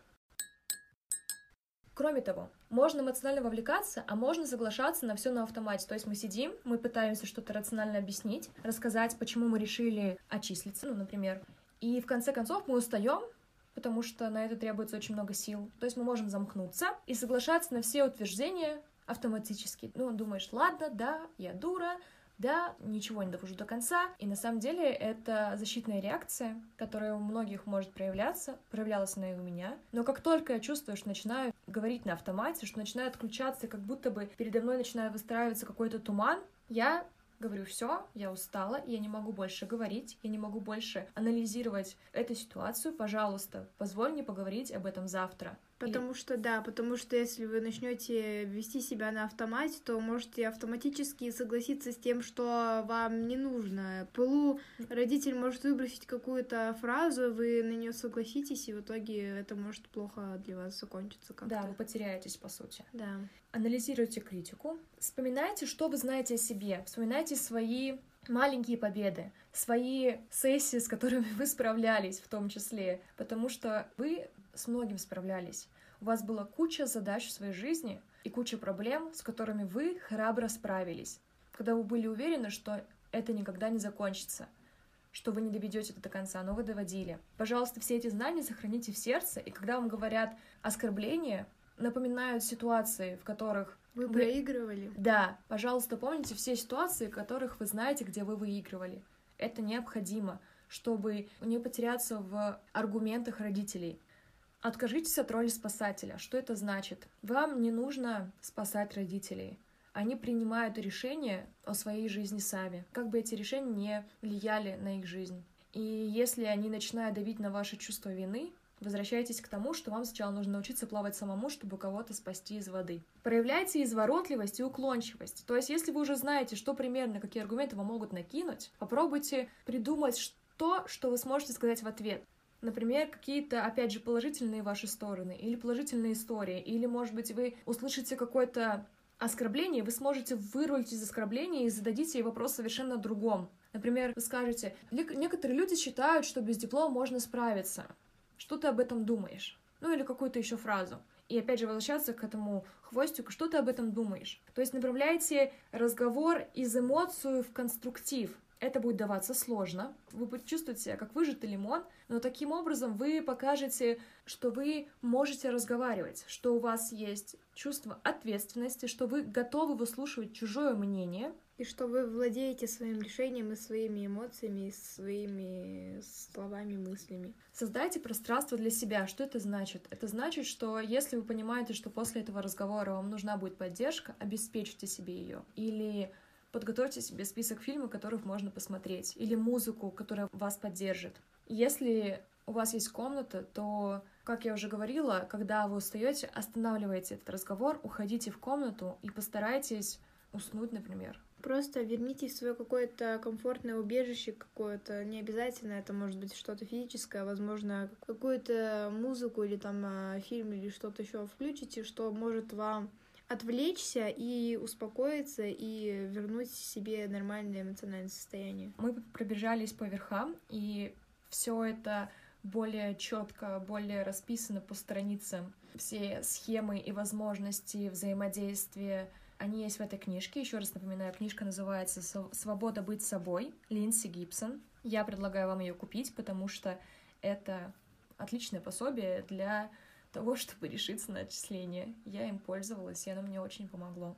Кроме того, можно эмоционально вовлекаться, а можно соглашаться на все на автомате. То есть мы сидим, мы пытаемся что-то рационально объяснить, рассказать, почему мы решили отчислиться, например, и в конце концов мы устаем, потому что на это требуется очень много сил. То есть мы можем замкнуться и соглашаться на все утверждения автоматически. думаешь, ладно, да, я дура, да, ничего не довожу до конца. И на самом деле это защитная реакция, которая у многих может проявляться, проявлялась она и у меня. Но как только я чувствую, что начинаю говорить на автомате, что начинаю отключаться, как будто бы передо мной начинает выстраиваться какой-то туман, я говорю, все, я устала, я не могу больше говорить, я не могу больше анализировать эту ситуацию, пожалуйста, позволь мне поговорить об этом завтра. Потому что если вы начнете вести себя на автомате, то можете автоматически согласиться с тем, что вам не нужно. В пылу родитель может выбросить какую-то фразу, вы на нее согласитесь, и в итоге это может плохо для вас закончиться как-то. Да, вы потеряетесь, по сути. Да. Анализируйте критику, вспоминайте, что вы знаете о себе, вспоминайте свои маленькие победы, свои сессии, с которыми вы справлялись в том числе, потому что вы с многим справлялись. У вас была куча задач в своей жизни и куча проблем, с которыми вы храбро справились, когда вы были уверены, что это никогда не закончится, что вы не доведете это до конца, но вы доводили. Пожалуйста, все эти знания сохраните в сердце, и когда вам говорят оскорбления, напоминают ситуации, в которых вы проигрывали. Да, пожалуйста, помните все ситуации, в которых вы знаете, где вы выигрывали. Это необходимо, чтобы не потеряться в аргументах родителей. Откажитесь от роли спасателя. Что это значит? Вам не нужно спасать родителей. Они принимают решения о своей жизни сами, как бы эти решения не влияли на их жизнь. И если они начинают давить на ваше чувство вины, возвращайтесь к тому, что вам сначала нужно научиться плавать самому, чтобы кого-то спасти из воды. Проявляйте изворотливость и уклончивость. То есть, если вы уже знаете, что примерно, какие аргументы вам могут накинуть, попробуйте придумать что вы сможете сказать в ответ. Например, какие-то, опять же, положительные ваши стороны, или положительные истории, или, может быть, вы услышите какое-то оскорбление, вы сможете вырулить из оскорбления и зададите ей вопрос совершенно другом. Например, вы скажете, некоторые люди считают, что без диплома можно справиться. Что ты об этом думаешь? Или какую-то еще фразу. И опять же возвращаться к этому хвостику, что ты об этом думаешь? То есть направляйте разговор из эмоций в конструктив. Это будет даваться сложно, вы почувствуете себя как выжатый лимон, но таким образом вы покажете, что вы можете разговаривать, что у вас есть чувство ответственности, что вы готовы выслушивать чужое мнение. И что вы владеете своим решением и своими эмоциями, и своими словами, мыслями. Создайте пространство для себя. Что это значит? Это значит, что если вы понимаете, что после этого разговора вам нужна будет поддержка, обеспечьте себе ее. Или подготовьте себе список фильмов, которых можно посмотреть, или музыку, которая вас поддержит. Если у вас есть комната, то, как я уже говорила, когда вы устаете, останавливайте этот разговор, уходите в комнату и постарайтесь уснуть, например. Просто вернитесь в свое какое-то комфортное убежище какое-то. Не обязательно это может быть что-то физическое, возможно, какую-то музыку или там фильм или что-то еще включите, что может вам отвлечься и успокоиться, и вернуть себе нормальное эмоциональное состояние. Мы пробежались по верхам, и все это более четко, более расписано по страницам. Все схемы и возможности взаимодействия, они есть в этой книжке. Еще раз напоминаю, книжка называется «Свобода быть собой» Линдси Гибсон. Я предлагаю вам ее купить, потому что это отличное пособие для того, чтобы решиться на отчисление. Я им пользовалась, и оно мне очень помогло.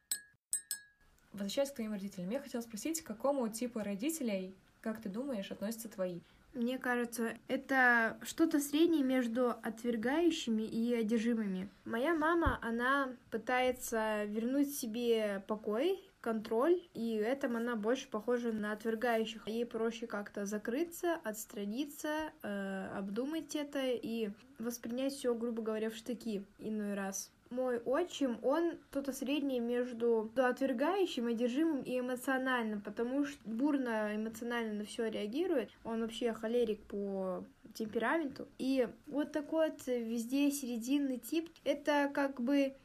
Возвращаясь к твоим родителям, я хотела спросить, к какому типу родителей, как ты думаешь, относятся твои? Мне кажется, это что-то среднее между отвергающими и одержимыми. Моя мама, она пытается вернуть себе покой, контроль, и этом она больше похожа на отвергающих. Ей проще как-то закрыться, отстраниться, обдумать это и воспринять все, грубо говоря, в штыки иной раз. Мой отчим, он что-то среднее между отвергающим, одержимым и эмоциональным, потому что бурно эмоционально на все реагирует. Он вообще холерик по темпераменту. И вот такой вот везде серединный тип, это как бы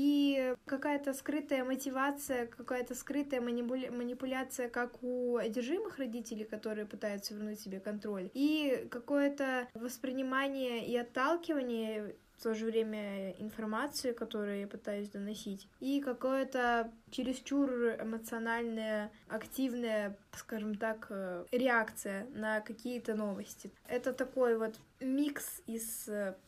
и какая-то скрытая мотивация, какая-то скрытая манипуляция, как у одержимых родителей, которые пытаются вернуть себе контроль, и какое-то воспринимание и отталкивание, в то же время информацию, которую я пытаюсь доносить, и какое-то чересчур эмоциональная, активная, скажем так, реакция на какие-то новости. Это такой вот микс из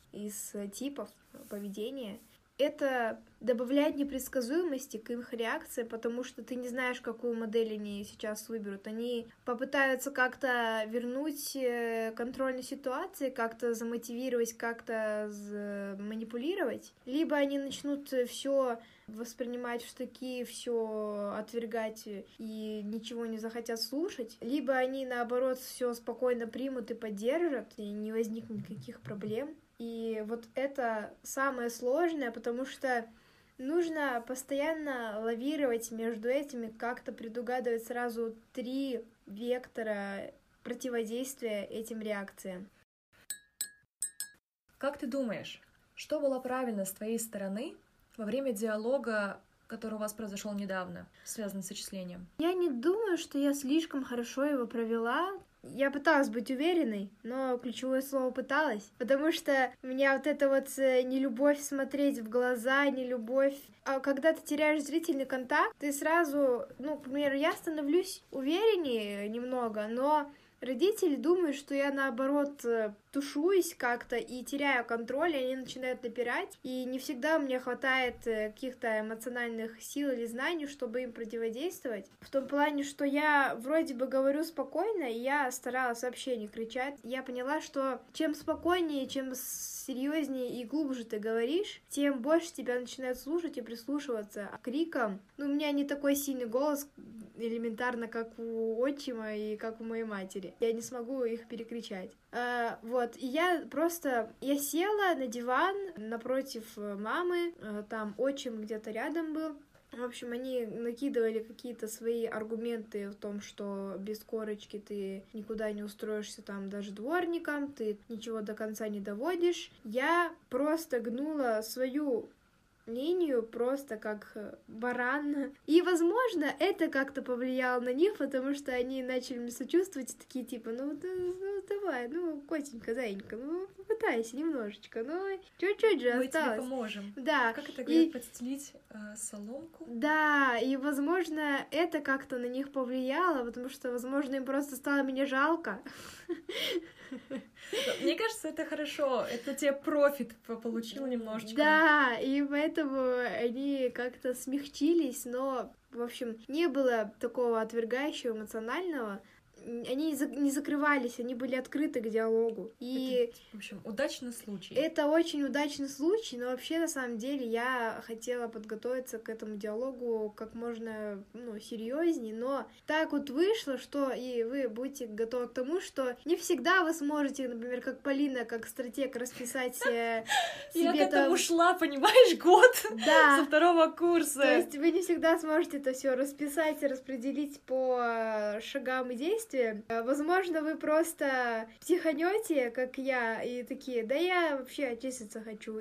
типов поведения. Это добавляет непредсказуемости к их реакции, потому что ты не знаешь, какую модель они сейчас выберут. Они попытаются как-то вернуть контроль на ситуации, как-то замотивировать, как-то манипулировать, либо они начнут все воспринимать в штыки, все отвергать и ничего не захотят слушать, либо они, наоборот, все спокойно примут и поддержат, и не возникнет никаких проблем. И вот это самое сложное, потому что нужно постоянно лавировать между этими, как-то предугадывать сразу 3 вектора противодействия этим реакциям. Как ты думаешь, что было правильно с твоей стороны во время диалога, который у вас произошел недавно, связанный с отчислением? Я не думаю, что я слишком хорошо его провела. Я пыталась быть уверенной, но ключевое слово «пыталась», потому что у меня вот эта вот нелюбовь смотреть в глаза, нелюбовь. А когда ты теряешь зрительный контакт, ты сразу, к примеру, я становлюсь увереннее немного, но родители думают, что я, наоборот, тушуюсь как-то и теряю контроль, и они начинают напирать, и не всегда мне хватает каких-то эмоциональных сил или знаний, чтобы им противодействовать. В том плане, что я вроде бы говорю спокойно, и я старалась вообще не кричать. Я поняла, что чем спокойнее, чем серьезнее и глубже ты говоришь, тем больше тебя начинают слушать и прислушиваться. А криком, у меня не такой сильный голос элементарно, как у отчима и как у моей матери. Я не смогу их перекричать. И я села на диван напротив мамы, там отчим где-то рядом был. В общем, они накидывали какие-то свои аргументы в том, что без корочки ты никуда не устроишься там даже дворником, ты ничего до конца не доводишь. Я просто гнула свою линию просто как баран. И, возможно, это как-то повлияло на них, потому что они начали мне сочувствовать, такие типа, давай, котенька, зайенька, попытайся немножечко, чуть-чуть же Мы осталось. тебе поможем. Да. Как это говорят, подстелить соломку? Да, и, возможно, это как-то на них повлияло, потому что, возможно, им просто стало меня жалко. Мне кажется, это хорошо, это тебе профит получил немножечко. Да, и поэтому они как-то смягчились, но, в общем, не было такого отвергающего эмоционального. Они не закрывались, они были открыты к диалогу. И это, в общем, удачный случай. Это очень удачный случай, но вообще, на самом деле, я хотела подготовиться к этому диалогу как можно, серьезнее, но так вот вышло, что и вы будете готовы к тому, что не всегда вы сможете, например, как Полина, как стратег, расписать себе Я к этому шла, понимаешь, год со второго курса. То есть вы не всегда сможете это все расписать и распределить по шагам и действиям. Возможно, вы просто психанете, как я, и такие, да я вообще отчислиться хочу,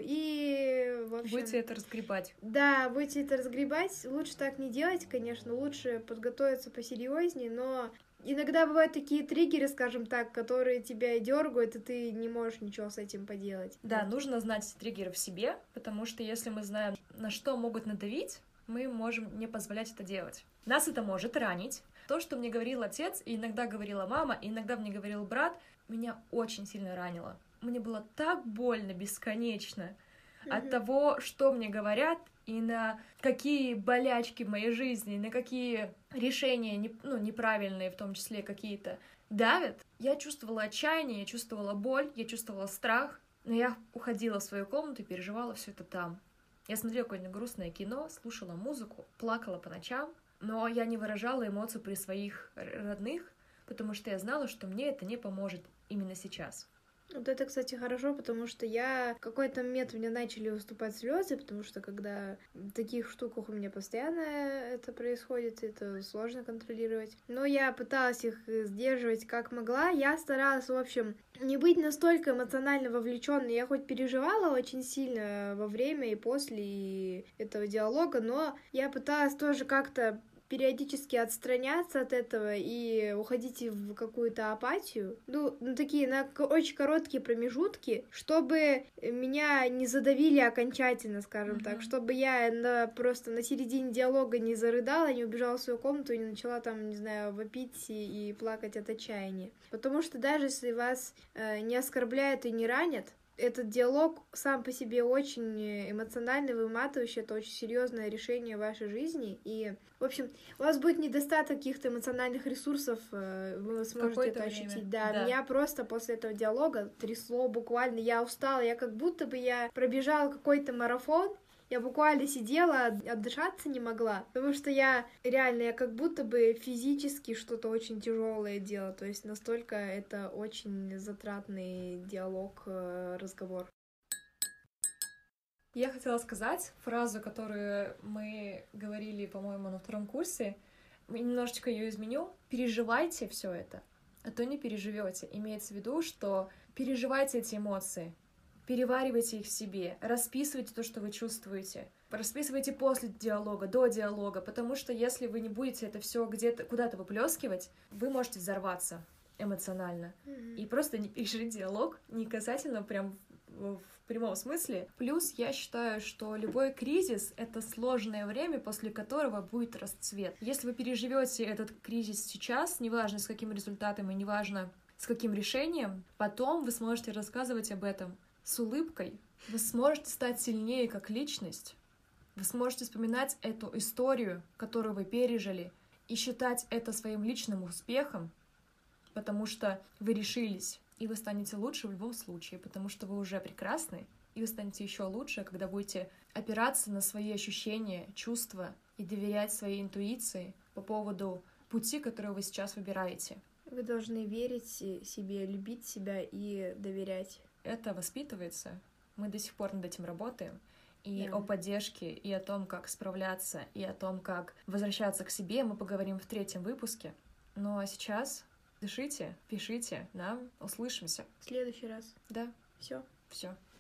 и в общем... Будете это разгребать. Да, будете это разгребать. Лучше так не делать, конечно, лучше подготовиться посерьезнее, но иногда бывают такие триггеры, скажем так, которые тебя дергают, и ты не можешь ничего с этим поделать. Да, нужно знать триггеры в себе, потому что если мы знаем, на что могут надавить, мы можем не позволять это делать. Нас это может ранить. То, что мне говорил отец, и иногда говорила мама, и иногда мне говорил брат, меня очень сильно ранило. Мне было так больно бесконечно от того, что мне говорят, и на какие болячки в моей жизни, на какие решения неправильные, в том числе какие-то, давят. Я чувствовала отчаяние, я чувствовала боль, я чувствовала страх, но я уходила в свою комнату и переживала все это там. Я смотрела какое-нибудь грустное кино, слушала музыку, плакала по ночам, но я не выражала эмоций при своих родных, потому что я знала, что мне это не поможет именно сейчас. Вот это, кстати, хорошо, потому что в какой-то момент у меня начали выступать слезы, потому что когда в таких штуках у меня постоянно это происходит, это сложно контролировать. Но я пыталась их сдерживать как могла. Я старалась, в общем, не быть настолько эмоционально вовлеченной. Я хоть переживала очень сильно во время и после этого диалога, но я пыталась тоже как-то периодически отстраняться от этого и уходить в какую-то апатию. Такие на очень короткие промежутки, чтобы меня не задавили окончательно, скажем так, чтобы я просто на середине диалога не зарыдала, не убежала в свою комнату и не начала там, не знаю, вопить и плакать от отчаяния. Потому что даже если вас не оскорбляют и не ранят, этот диалог сам по себе очень эмоциональный, выматывающий, это очень серьезное решение в вашей жизни. И, в общем, у вас будет недостаток каких-то эмоциональных ресурсов, вы сможете это ощутить. Да, меня просто после этого диалога трясло буквально. Я устала, я как будто бы я пробежала какой-то марафон. Я буквально сидела, отдышаться не могла, потому что я как будто бы физически что-то очень тяжелое делала, то есть настолько это очень затратный диалог, разговор. Я хотела сказать фразу, которую мы говорили, по-моему, на втором курсе, немножечко ее изменю. Переживайте все это, а то не переживете. Имеется в виду, что переживайте эти эмоции. Переваривайте их в себе, расписывайте то, что вы чувствуете, расписывайте после диалога, до диалога, потому что если вы не будете это все где-то куда-то выплескивать, вы можете взорваться эмоционально и просто не пережить диалог, не касательно прям в прямом смысле. Плюс я считаю, что любой кризис — это сложное время, после которого будет расцвет. Если вы переживете этот кризис сейчас, неважно с каким результатом и неважно с каким решением, потом вы сможете рассказывать об этом с улыбкой, вы сможете стать сильнее как личность, вы сможете вспоминать эту историю, которую вы пережили, и считать это своим личным успехом, потому что вы решились, и вы станете лучше в любом случае, потому что вы уже прекрасны, и вы станете еще лучше, когда будете опираться на свои ощущения, чувства и доверять своей интуиции по поводу пути, который вы сейчас выбираете. Вы должны верить себе, любить себя и доверять. Это воспитывается. Мы до сих пор над этим работаем. И о поддержке, и о том, как справляться, и о том, как возвращаться к себе, мы поговорим в 3-м выпуске. Ну а сейчас дышите, пишите нам, услышимся. В следующий раз. Да. Все. Все.